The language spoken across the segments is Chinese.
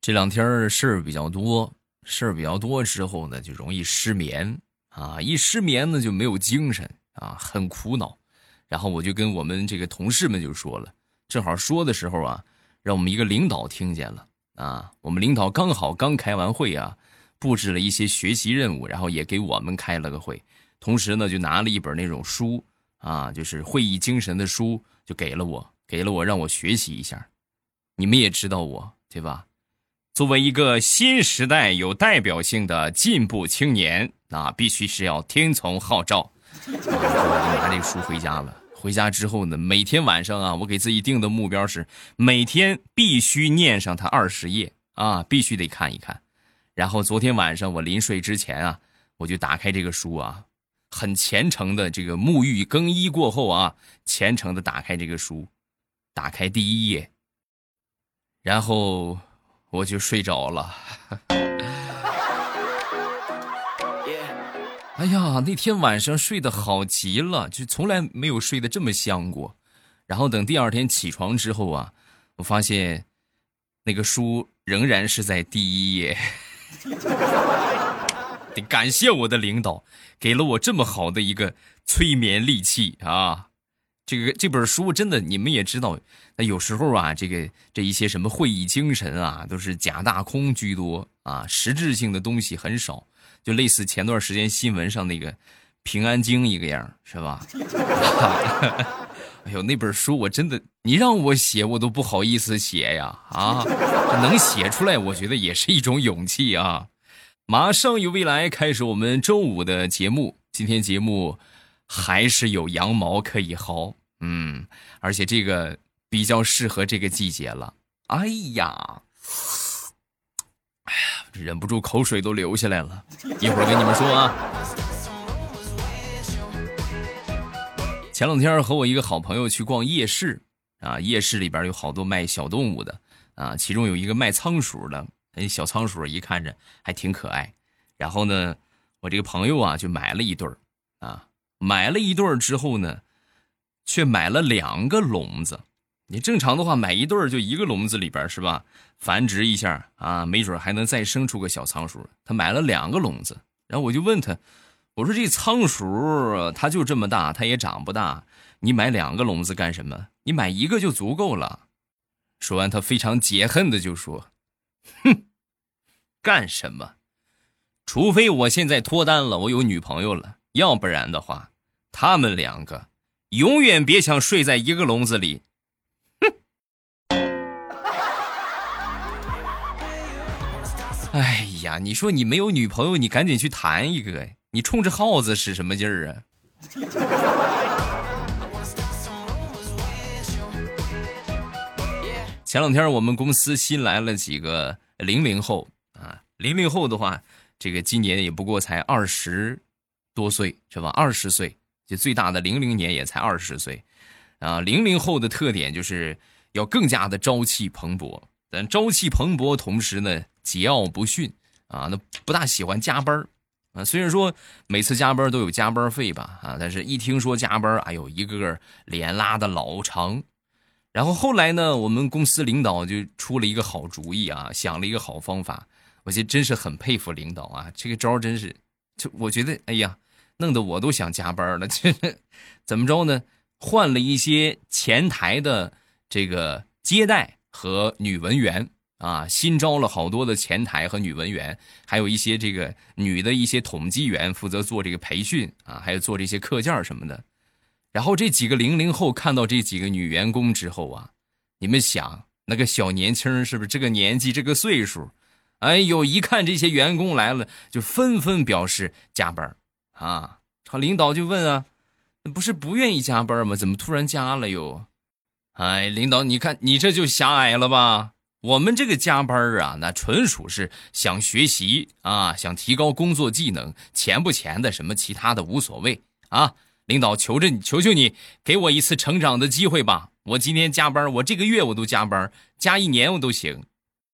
这两天事儿比较多之后呢，就容易失眠啊。一失眠呢，就没有精神啊，很苦恼。然后我就跟我们这个同事们就说了，正好说的时候啊，让我们一个领导听见了啊。我们领导刚开完会啊，布置了一些学习任务，然后也给我们开了个会。同时呢，就拿了一本那种书啊，就是会议精神的书，就给了我让我学习一下。你们也知道我，对吧？作为一个新时代有代表性的进步青年，那必须是要听从号召。我就拿这个书回家了。回家之后呢，每天晚上啊，我给自己定的目标是每天必须念上它20页啊，必须得看一看。然后昨天晚上我临睡之前啊，我就打开这个书啊，很虔诚的这个沐浴更衣过后啊，虔诚的打开这个书，打开第1页，然后我就睡着了。哎呀，那天晚上睡得好极了，就从来没有睡得这么香过。然后等第二天起床之后啊，我发现那个书仍然是在第1页。得感谢我的领导，给了我这么好的一个催眠利器啊！这本书真的，你们也知道，那有时候啊，这一些什么会议精神啊，都是假大空居多啊，实质性的东西很少，就类似前段时间新闻上那个平安京一个样，是吧？哎呦，那本书我真的，你让我写我都不好意思写呀！啊，这能写出来，我觉得也是一种勇气啊。马上与未来开始我们周五的节目，今天节目还是有羊毛可以薅，而且这个比较适合这个季节了。哎呀，忍不住口水都流下来了，一会儿跟你们说啊。前两天和我一个好朋友去逛夜市啊，夜市里边有好多卖小动物的啊，其中有一个卖仓鼠的，小仓鼠一看着还挺可爱。然后呢，我这个朋友啊就买了一对儿啊，买了一对儿之后呢，却买了2个笼子。你正常的话买一对儿就一个笼子里边是吧？繁殖一下啊，没准还能再生出个小仓鼠。他买了2个笼子，然后我就问他，我说这仓鼠它就这么大，它也长不大，你买2个笼子干什么？你买1个就足够了。说完，他非常解恨的就说：“哼，干什么？除非我现在脱单了，我有女朋友了，要不然的话，他们2个永远别想睡在一个笼子里。”哼！哎呀，你说你没有女朋友，你赶紧去谈一个，你冲着耗子使什么劲儿啊？前两天我们公司新来了几个00后啊，00后的话，这个今年也不过才20多岁是吧？20岁，就最大的00年也才20岁啊。00后的特点就是要更加的朝气蓬勃，但朝气蓬勃同时呢，桀骜不驯啊，那不大喜欢加班啊。虽然说每次加班都有加班费吧啊，但是一听说加班，哎呦，一个个脸拉得老长。然后后来呢，我们公司领导就出了一个好主意啊，想了一个好方法。我觉得真是很佩服领导啊，这个招真是，就我觉得，哎呀，弄得我都想加班了。这怎么着呢？换了一些前台的这个接待和女文员啊，新招了好多的前台和女文员，还有一些这个女的一些统计员负责做这个培训啊，还有做这些课件什么的。然后这几个00后看到这几个女员工之后啊，你们想那个小年轻是不是这个年纪这个岁数？哎呦，一看这些员工来了，就纷纷表示加班啊。领导就问啊，不是不愿意加班吗？怎么突然加了又？哎，领导你看你这就狭隘了吧？我们这个加班啊，那纯属是想学习啊，想提高工作技能，钱不钱的什么其他的无所谓啊。领导求求你，给我一次成长的机会吧！我今天加班，我这个月我都加班，加1年我都行。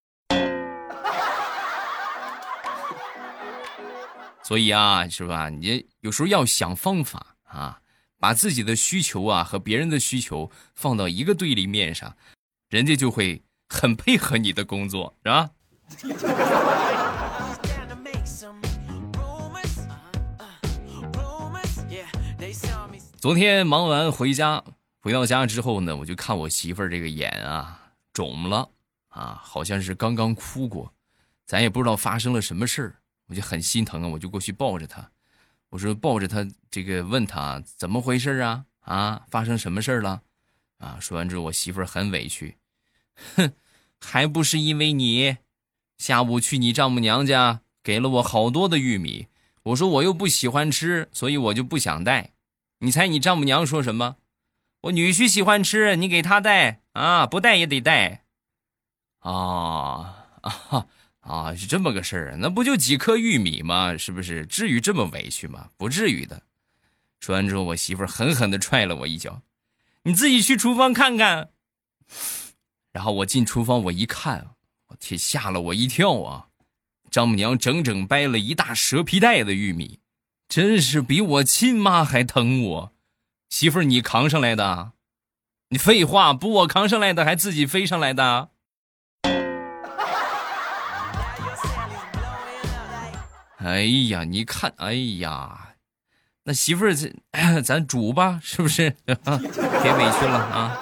所以啊，是吧？你有时候要想方法啊，把自己的需求啊和别人的需求放到一个对立面上，人家就会很配合你的工作，是吧？ 昨天忙完回到家之后呢，我就看我媳妇儿这个眼啊肿了啊，好像是刚刚哭过，咱也不知道发生了什么事儿，我就很心疼啊，我就过去抱着她，我说抱着她这个问她怎么回事啊？啊，发生什么事儿了？啊，说完之后我媳妇儿很委屈，哼，还不是因为你，下午去你丈母娘家给了我好多的玉米，我说我又不喜欢吃，所以我就不想带。你猜你丈母娘说什么？我女婿喜欢吃，你给他带啊，不带也得带。是这么个事儿，那不就几颗玉米吗？是不是？至于这么委屈吗？不至于的。说完之后，我媳妇儿狠狠地踹了我一脚，你自己去厨房看看。然后我进厨房，我一看，我天，吓了我一跳啊！丈母娘整整掰了一大蛇皮袋的玉米，真是比我亲妈还疼我。媳妇儿，你扛上来的？你废话，不我扛上来的，还自己飞上来的？哎呀，你看，哎呀，那媳妇儿咱煮吧，是不是？别委屈了啊！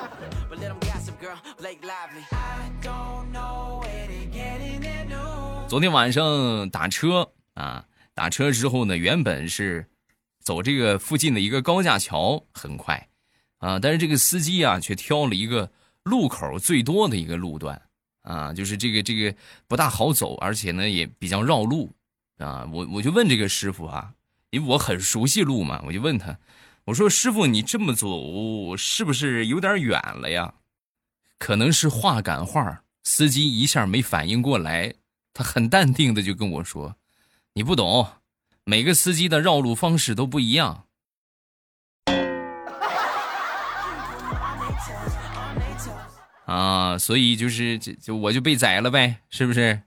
昨天晚上打车啊，打车之后呢，原本是走这个附近的一个高架桥，很快啊，但是这个司机啊却挑了一个路口最多的一个路段啊，就是这个不大好走，而且呢也比较绕路啊。我就问这个师傅啊，因为我很熟悉路嘛，我就问他，我说师傅你这么走是不是有点远了呀？可能是话赶话，司机一下没反应过来，他很淡定的就跟我说，你不懂，每个司机的绕路方式都不一样。啊，所以就是就我就被宰了呗，是不是？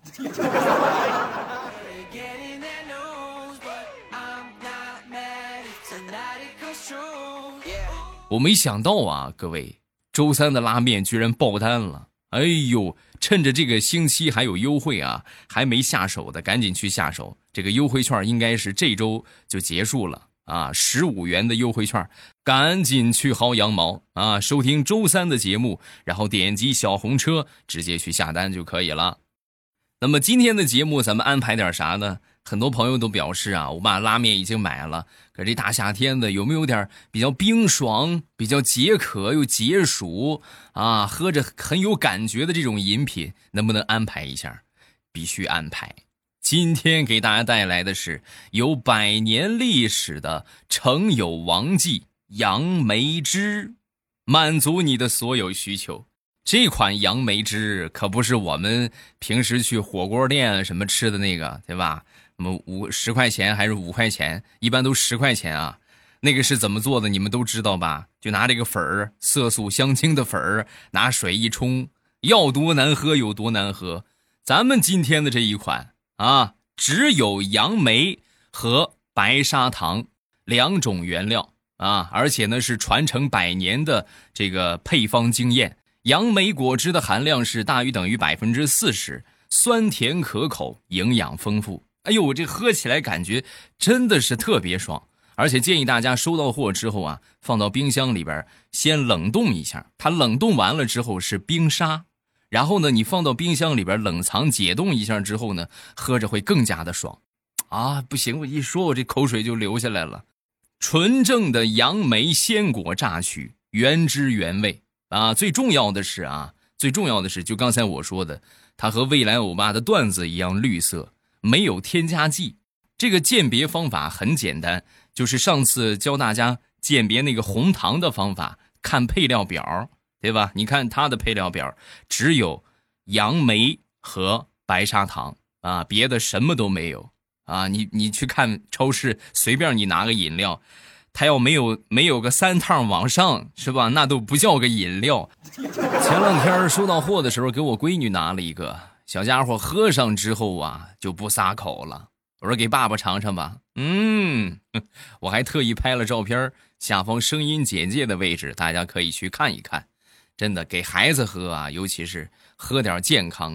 我没想到啊，各位，周三的拉面居然爆单了！哎呦，趁着这个星期还有优惠啊，还没下手的赶紧去下手。这个优惠券应该是这周就结束了啊，15元的优惠券，赶紧去薅羊毛啊！收听周三的节目，然后点击小红车直接去下单就可以了。那么今天的节目咱们安排点啥呢？很多朋友都表示啊，我把拉面已经买了，可这大夏天的有没有点比较冰爽、比较解渴又解暑啊，喝着很有感觉的这种饮品，能不能安排一下？必须安排。今天给大家带来的是有100年历史的诚友王记杨梅汁，满足你的所有需求。这款杨梅汁可不是我们平时去火锅店什么吃的那个，对吧？10块钱还是5块钱，一般都10块钱啊。那个是怎么做的你们都知道吧？就拿这个粉儿，色素香精的粉儿，拿水一冲，要多难喝有多难喝。咱们今天的这一款啊，只有杨梅和白砂糖2种原料啊，而且呢是传承100年的这个配方经验。杨梅果汁的含量是大于等于 40%， 酸甜可口，营养丰富。哎呦，我这喝起来感觉真的是特别爽，而且建议大家收到货之后啊，放到冰箱里边先冷冻一下，它冷冻完了之后是冰沙，然后呢你放到冰箱里边冷藏解冻一下之后呢，喝着会更加的爽啊！不行，我一说我这口水就流下来了。纯正的杨梅鲜果榨取，原汁原味啊！最重要的是就刚才我说的，它和未来欧巴的段子一样绿色，没有添加剂。这个鉴别方法很简单，就是上次教大家鉴别那个红糖的方法，看配料表，对吧？你看它的配料表只有杨梅和白砂糖啊，别的什么都没有啊。你去看超市，随便你拿个饮料，它要没有个3趟往上，是吧？那都不叫个饮料。前2天收到货的时候，给我闺女拿了一个，小家伙喝上之后啊，就不撒口了。我说给爸爸尝尝吧。我还特意拍了照片，下方声音简介的位置，大家可以去看一看。真的给孩子喝啊，尤其是喝点健康的。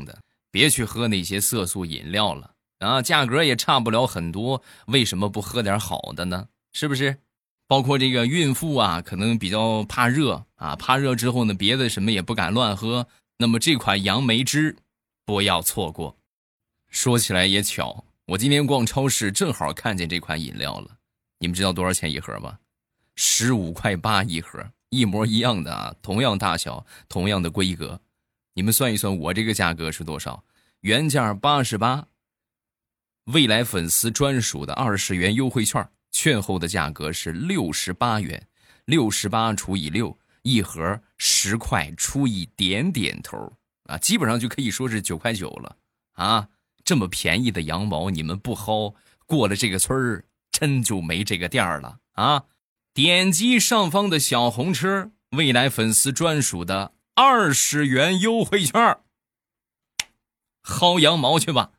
别去喝那些色素饮料了啊，价格也差不了很多，为什么不喝点好的呢？是不是？包括这个孕妇啊，可能比较怕热啊，怕热之后呢，别的什么也不敢乱喝，那么这款杨梅汁不要错过。说起来也巧，我今天逛超市正好看见这款饮料了。你们知道多少钱一盒吗？15.8块一盒，一模一样的啊，同样大小，同样的规格。你们算一算我这个价格是多少？原价88，未来粉丝专属的20元优惠券，券后的价格是68元，68除以6，一盒10块出一点点头啊，基本上就可以说是9.9块了啊！这么便宜的羊毛你们不薅，过了这个村儿真就没这个店了啊！点击上方的小红车，未来粉丝专属的20元优惠券，薅羊毛去吧。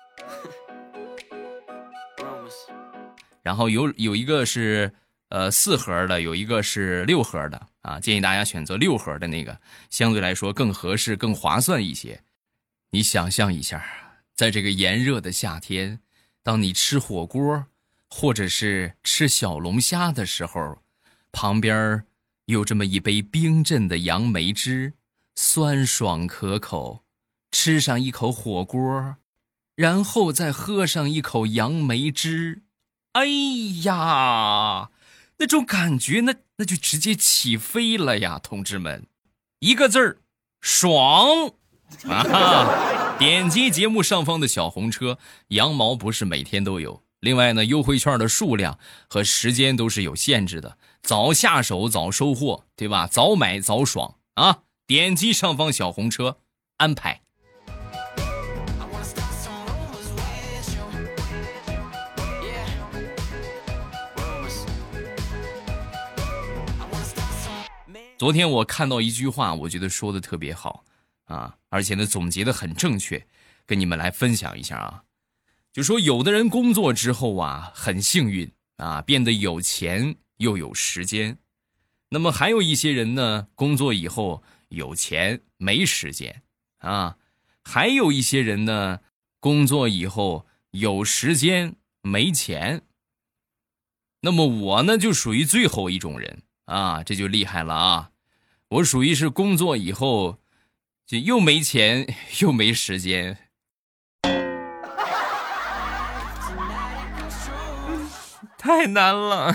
然后有一个是4盒的，有一个是6盒的啊，建议大家选择6盒的那个，相对来说更合适更划算一些。你想象一下，在这个炎热的夏天，当你吃火锅或者是吃小龙虾的时候，旁边有这么一杯冰镇的杨梅汁，酸爽可口，吃上一口火锅，然后再喝上一口杨梅汁，哎呀，那种感觉那就直接起飞了呀，同志们，一个字儿，爽啊！点击节目上方的小红车，羊毛不是每天都有，另外呢，优惠券的数量和时间都是有限制的，早下手早收获，对吧？早买早爽啊！点击上方小红车，安排。昨天我看到一句话，我觉得说的特别好啊，而且呢总结的很正确，跟你们来分享一下啊。就说有的人工作之后啊很幸运啊，变得有钱又有时间，那么还有一些人呢，工作以后有钱没时间啊，还有一些人呢，工作以后有时间没钱。那么我呢就属于最后一种人啊，这就厉害了啊！我属于是工作以后就又没钱又没时间。太难了。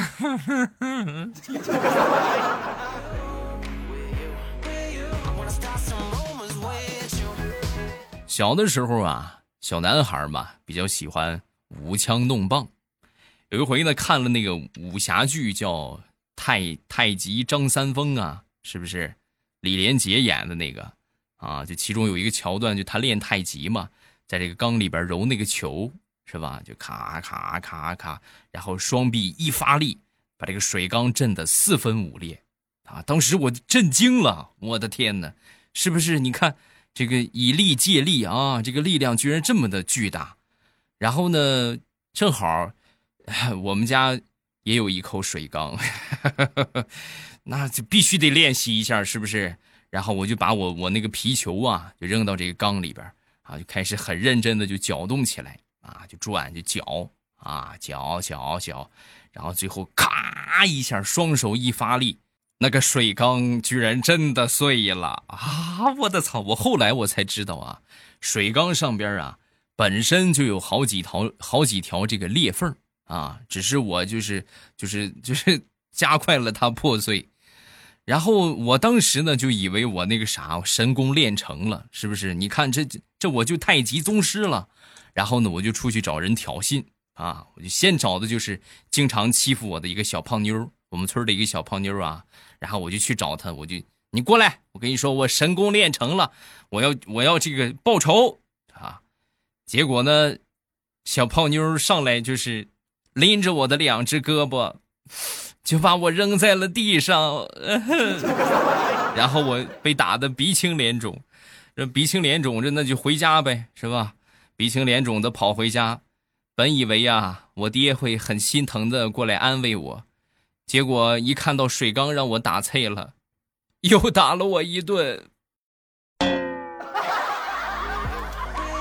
小的时候啊，小男孩嘛，比较喜欢舞枪弄棒。有一回呢，看了那个武侠剧叫太极张三丰啊，是不是李连杰演的那个啊？就其中有一个桥段，就他练太极嘛，在这个缸里边揉那个球，是吧？就咔咔咔咔，然后双臂一发力，把这个水缸震得4分5裂啊！当时我震惊了，我的天哪，是不是？你看这个以力借力啊，这个力量居然这么的巨大。然后呢，正好我们家也有一口水缸，那就必须得练习一下，是不是？然后我就把我那个皮球啊，就扔到这个缸里边啊，就开始很认真的就搅动起来啊，就转就搅啊，搅，然后最后咔一下，双手一发力，那个水缸居然真的碎了啊！我的操！我后来我才知道啊，水缸上边啊本身就有好几条这个裂缝啊，只是我就是加快了它破碎。然后我当时呢就以为我那个啥神功练成了，是不是？你看这我就太极宗师了。然后呢我就出去找人挑衅啊，我就先找的就是经常欺负我的一个小胖妞，我们村的一个小胖妞啊。然后我就去找他，你过来，我跟你说我神功练成了，我要这个报仇啊。结果呢小胖妞上来就是拎着我的2只胳膊，就把我扔在了地上，然后我被打得鼻青脸肿，这鼻青脸肿着那就回家呗，是吧？鼻青脸肿的跑回家，本以为啊我爹会很心疼的过来安慰我，结果一看到水缸让我打碎了，又打了我一顿。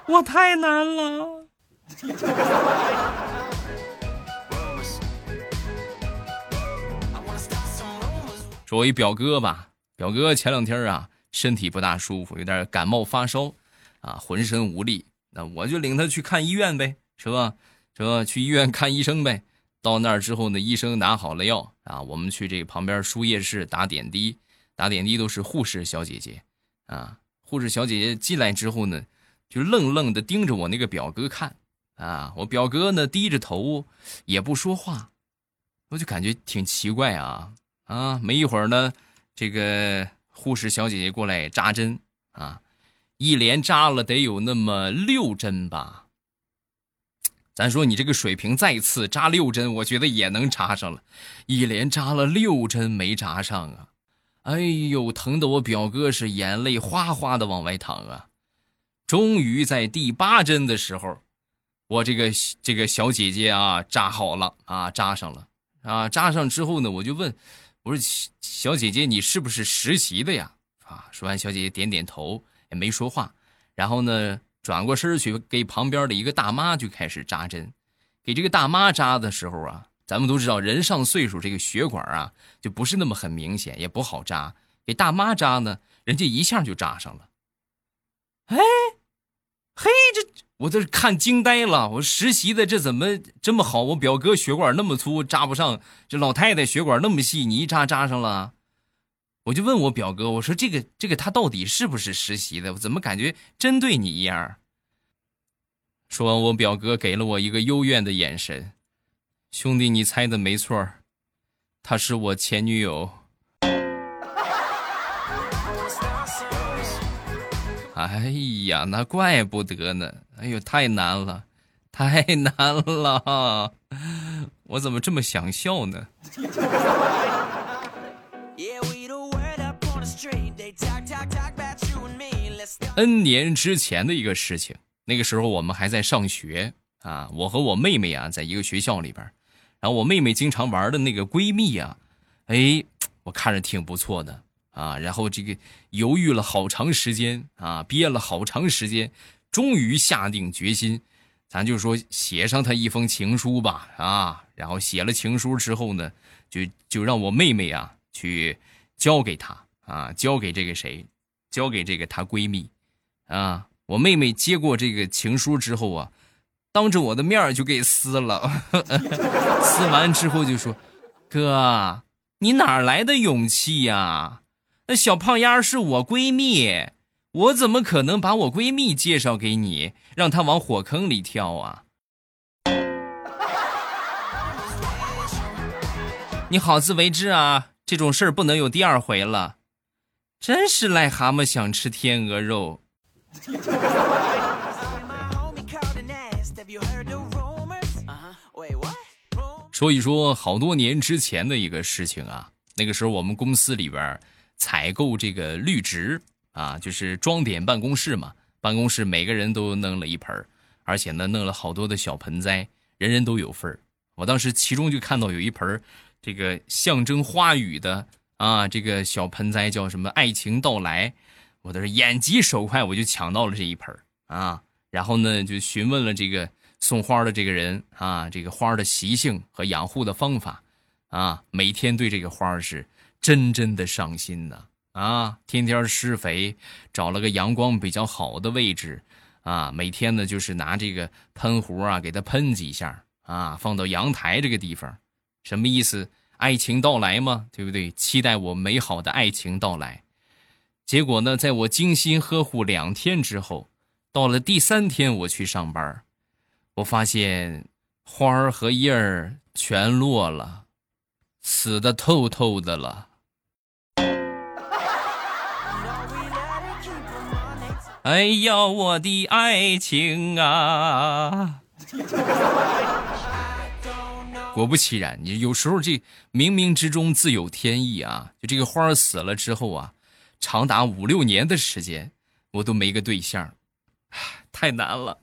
我太难了。说我一表哥吧，表哥前2天啊身体不大舒服，有点感冒发烧啊，浑身无力。那我就领他去看医院呗，是吧？去医院看医生呗。到那儿之后呢，医生拿好了药啊，我们去这个旁边输液室打点滴，打点滴都是护士小姐姐啊。护士小姐姐进来之后呢，就愣愣的盯着我那个表哥看啊。我表哥呢低着头也不说话，我就感觉挺奇怪啊。没一会儿呢，这个护士小姐姐过来扎针啊，一连扎了得有那么6针吧。咱说你这个水平再次扎6针，我觉得也能扎上了，一连扎了6针没扎上啊！哎呦，疼得我表哥是眼泪哗哗的往外淌啊！终于在第8针的时候，我这个小姐姐啊扎好了啊，扎上了啊，扎上之后呢，我就问，我说小姐姐你是不是实习的呀？啊，说完小姐姐点点头，也没说话，然后呢转过身去给旁边的一个大妈就开始扎针。给这个大妈扎的时候啊，咱们都知道人上岁数这个血管啊就不是那么很明显，也不好扎。给大妈扎呢，人家一下就扎上了。哎，嘿，我这看惊呆了，我实习的这怎么这么好？我表哥血管那么粗扎不上，这老太太血管那么细，你一扎上了。我就问我表哥，我说这个他到底是不是实习的？我怎么感觉针对你一样？说完，我表哥给了我一个幽怨的眼神。兄弟，你猜的没错，她是我前女友。哎呀，那怪不得呢！哎呦，太难了，太难了！我怎么这么想笑呢？N 年之前的一个事情，那个时候我们还在上学啊，我和我妹妹啊在一个学校里边，然后我妹妹经常玩的那个闺蜜啊，我看着挺不错的啊，然后这个犹豫了好长时间啊，憋了好长时间，终于下定决心，咱就说写上她一封情书吧啊，然后写了情书之后呢，就让我妹妹啊去交给她啊，交给这个谁，交给这个她闺蜜啊。我妹妹接过这个情书之后啊，当着我的面就给撕了撕完之后就说，哥，你哪来的勇气呀？那小胖丫是我闺蜜，我怎么可能把我闺蜜介绍给你，让她往火坑里跳啊？你好自为之啊，这种事儿不能有第2回了。真是癞蛤蟆想吃天鹅肉。说一说好多年之前的一个事情啊，那个时候我们公司里边采购这个绿植啊，就是装点办公室嘛，办公室每个人都弄了一盆，而且呢弄了好多的小盆栽，人人都有份。我当时其中就看到有一盆这个象征花语的啊，这个小盆栽叫什么爱情到来，我都是眼疾手快，我就抢到了这一盆啊，然后呢就询问了这个送花的这个人啊，这个花的习性和养护的方法啊，每天对这个花是真的上心的啊，天天施肥，找了个阳光比较好的位置啊，每天呢就是拿这个喷壶啊给它喷几下啊，放到阳台这个地方，什么意思？爱情到来嘛，对不对？期待我美好的爱情到来。结果呢，在我精心呵护2天之后，到了第3天我去上班，我发现花儿和叶儿全落了，死得透透的了。哎呀，我的爱情啊！果不其然，你有时候这冥冥之中自有天意啊！就这个花儿死了之后啊，长达5、6年的时间，我都没个对象，太难了。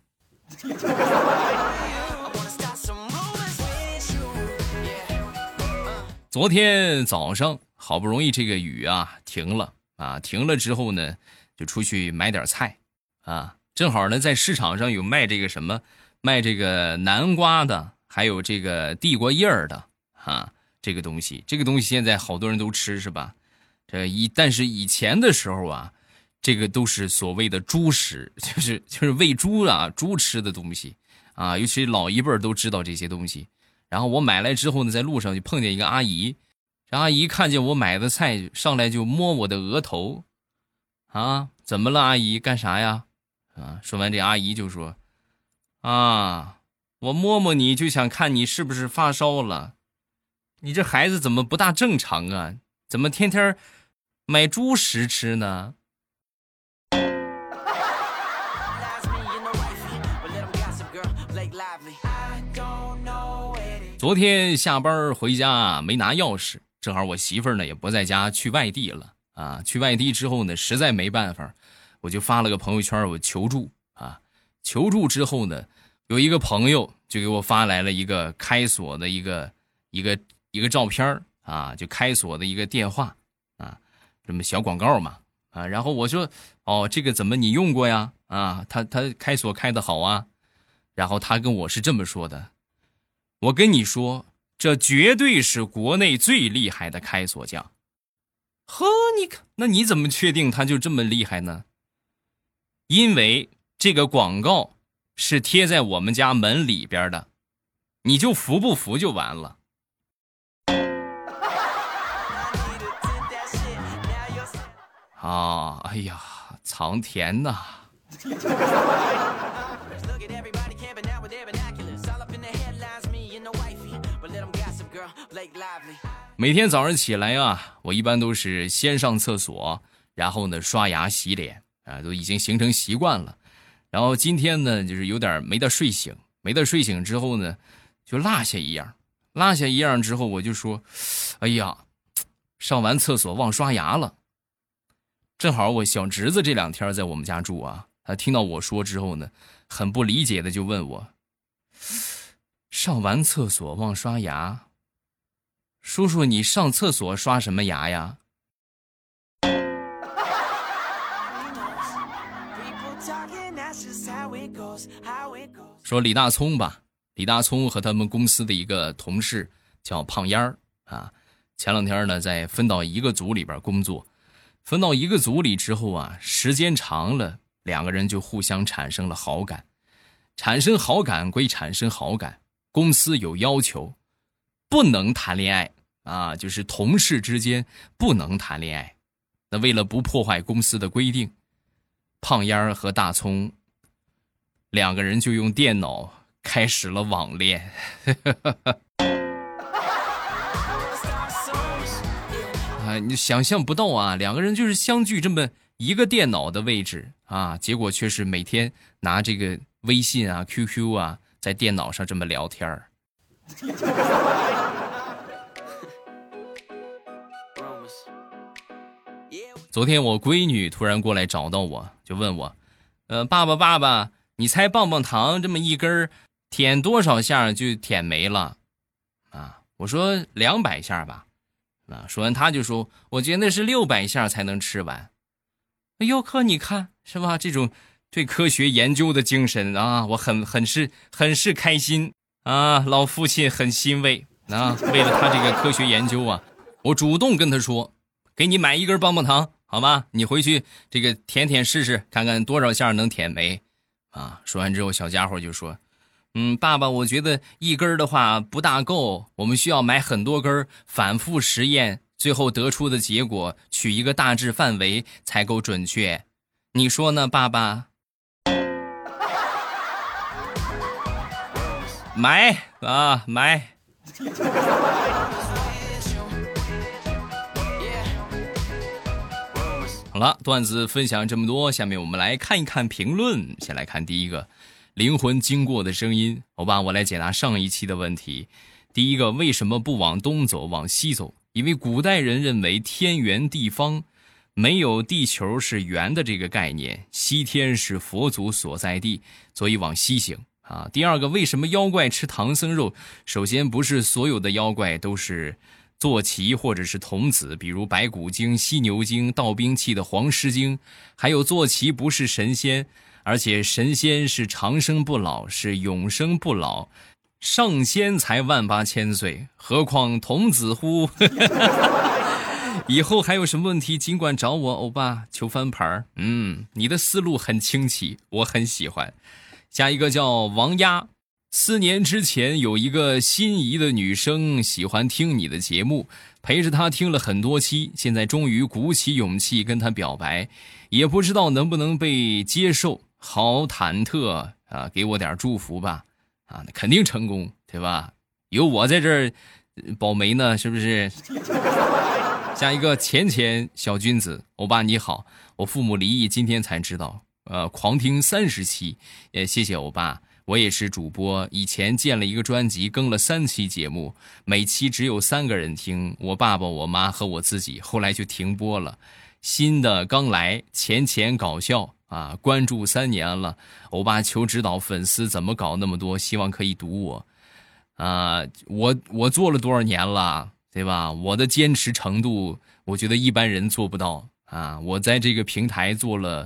昨天早上好不容易这个雨啊停了啊，停了之后呢，就出去买点菜啊。 正好呢在市场上有卖这个什么，卖这个南瓜的，还有这个地瓜叶儿的啊，这个东西现在好多人都吃是吧？但是以前的时候啊，这个都是所谓的猪食，就是喂猪啊，猪吃的东西啊，尤其老一辈都知道这些东西。然后我买来之后呢，在路上就碰见一个阿姨，这阿姨看见我买的菜，上来就摸我的额头，啊，怎么了阿姨，干啥呀？啊，说完这阿姨就说，啊，我摸摸你就想看你是不是发烧了，你这孩子怎么不大正常啊？怎么天天买猪食吃呢？昨天下班回家没拿钥匙，正好我媳妇儿呢也不在家，去外地了啊。去外地之后呢，实在没办法，我就发了个朋友圈，我求助啊。求助之后呢，有一个朋友就给我发来了一个开锁的一个照片啊，就开锁的一个电话啊，这么小广告嘛啊。然后我说，哦，这个怎么你用过呀？啊，他开锁开得好啊。然后他跟我是这么说的。我跟你说，这绝对是国内最厉害的开锁匠。呵，你看，那你怎么确定他就这么厉害呢？因为这个广告是贴在我们家门里边的，你就服不服就完了。啊，哎呀，藏田呐！每天早上起来啊，我一般都是先上厕所，然后呢刷牙洗脸啊，都已经形成习惯了。然后今天呢，就是有点没得睡醒之后呢，就落下一样之后，我就说，哎呀，上完厕所忘刷牙了。正好我小侄子这2天在我们家住啊，他听到我说之后呢，很不理解的就问我，上完厕所忘刷牙，叔叔你上厕所刷什么牙呀？说李大聪吧，李大聪和他们公司的一个同事叫胖烟儿啊，前2天呢在分到一个组里边工作，分到一个组里之后啊，时间长了，2个人就互相产生了好感。产生好感归产生好感，公司有要求，不能谈恋爱啊，就是同事之间不能谈恋爱。那为了不破坏公司的规定，胖烟儿和大葱2个人就用电脑开始了网恋。啊，你想象不到啊，2个人就是相距这么一个电脑的位置啊，结果却是每天拿这个微信啊 QQ 啊在电脑上这么聊天儿。昨天我闺女突然过来找到我，就问我，爸爸，你猜棒棒糖这么一根舔多少下就舔没了？啊，我说200下吧。啊，说完他就说，我觉得是600下才能吃完。哎呦呵，你看是吧？这种对科学研究的精神啊，我很是开心啊，老父亲很欣慰啊。为了他这个科学研究啊，我主动跟他说，给你买1根棒棒糖，好吗？你回去这个舔试试，看看多少下能舔没啊。说完之后，小家伙就说，爸爸，我觉得1根的话不大够，我们需要买很多根，反复实验，最后得出的结果取一个大致范围才够准确。你说呢，爸爸？买啊，买。好了，段子分享这么多，下面我们来看一看评论。先来看第一个，灵魂经过的声音。好吧，我来解答上一期的问题。第一个，为什么不往东走，往西走？因为古代人认为天圆地方，没有地球是圆的这个概念，西天是佛祖所在地，所以往西行啊。第二个，为什么妖怪吃唐僧肉？首先，不是所有的妖怪都是坐骑或者是童子，比如白骨精、犀牛精、盗兵器的黄狮精，还有坐骑不是神仙而且神仙是长生不老，是永生不老，上仙才18000岁，何况童子乎？以后还有什么问题尽管找我，欧巴求翻盘。你的思路很清奇，我很喜欢。下一个叫王丫，4年之前有一个心仪的女生喜欢听你的节目，陪着她听了很多期，现在终于鼓起勇气跟她表白，也不知道能不能被接受，好忐忑啊！给我点祝福吧，啊，那肯定成功，对吧？有我在这儿保媒呢，是不是？下一个浅浅小君子，欧巴你好，我父母离异，今天才知道，狂听30期，也谢谢欧巴。我也是主播，以前建了一个专辑，更了3期节目，每期只有3个人听，我爸爸、我妈和我自己，后来就停播了。新的刚来，浅浅搞笑啊，关注3年了，欧巴求指导，粉丝怎么搞那么多？希望可以读我啊，我做了多少年了？对吧？我的坚持程度，我觉得一般人做不到啊！我在这个平台做了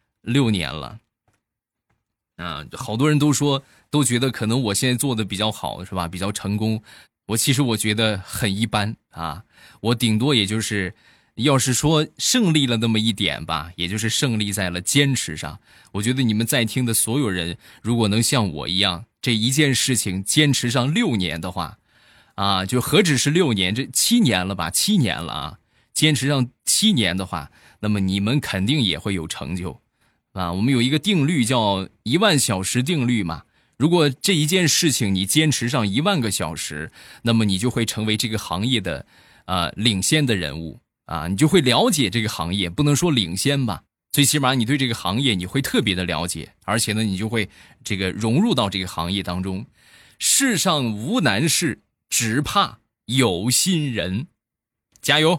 6年了，啊，好多人都觉得可能我现在做的比较好，是吧？比较成功。其实我觉得很一般啊，我顶多也就是，要是说胜利了那么一点吧，也就是胜利在了坚持上。我觉得你们在听的所有人，如果能像我一样，这一件事情坚持上6年的话。啊，就何止是6年，这7年了吧？7年了啊！坚持上7年的话，那么你们肯定也会有成就，啊！我们有一个定律叫10000小时定律嘛。如果这一件事情你坚持上10000个小时，那么你就会成为这个行业的领先的人物啊！你就会了解这个行业，不能说领先吧，最起码你对这个行业你会特别的了解，而且呢，你就会这个融入到这个行业当中。世上无难事，只怕有心人，加油！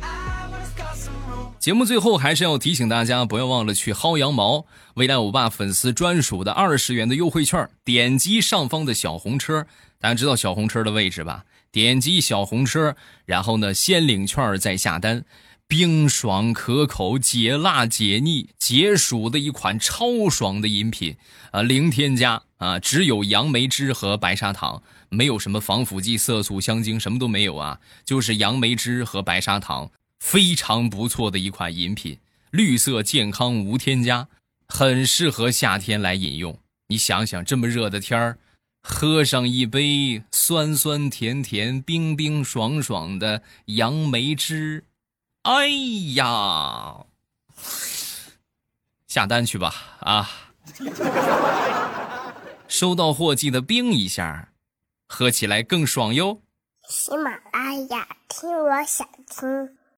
节目最后还是要提醒大家，不要忘了去薅羊毛，未来欧巴粉丝专属的20元的优惠券，点击上方的小红车，大家知道小红车的位置吧？点击小红车，然后呢，先领券再下单。冰爽可口，解辣解腻，解暑的一款超爽的饮品啊，零添加啊，只有杨梅汁和白砂糖，没有什么防腐剂、色素、香精，什么都没有啊，就是杨梅汁和白砂糖，非常不错的一款饮品，绿色健康无添加，很适合夏天来饮用。你想想，这么热的天儿，喝上一杯酸酸甜甜、冰冰爽爽的杨梅汁。哎呀，下单去吧啊！收到货记得冰一下，喝起来更爽哟。 喜马拉雅，听我想听。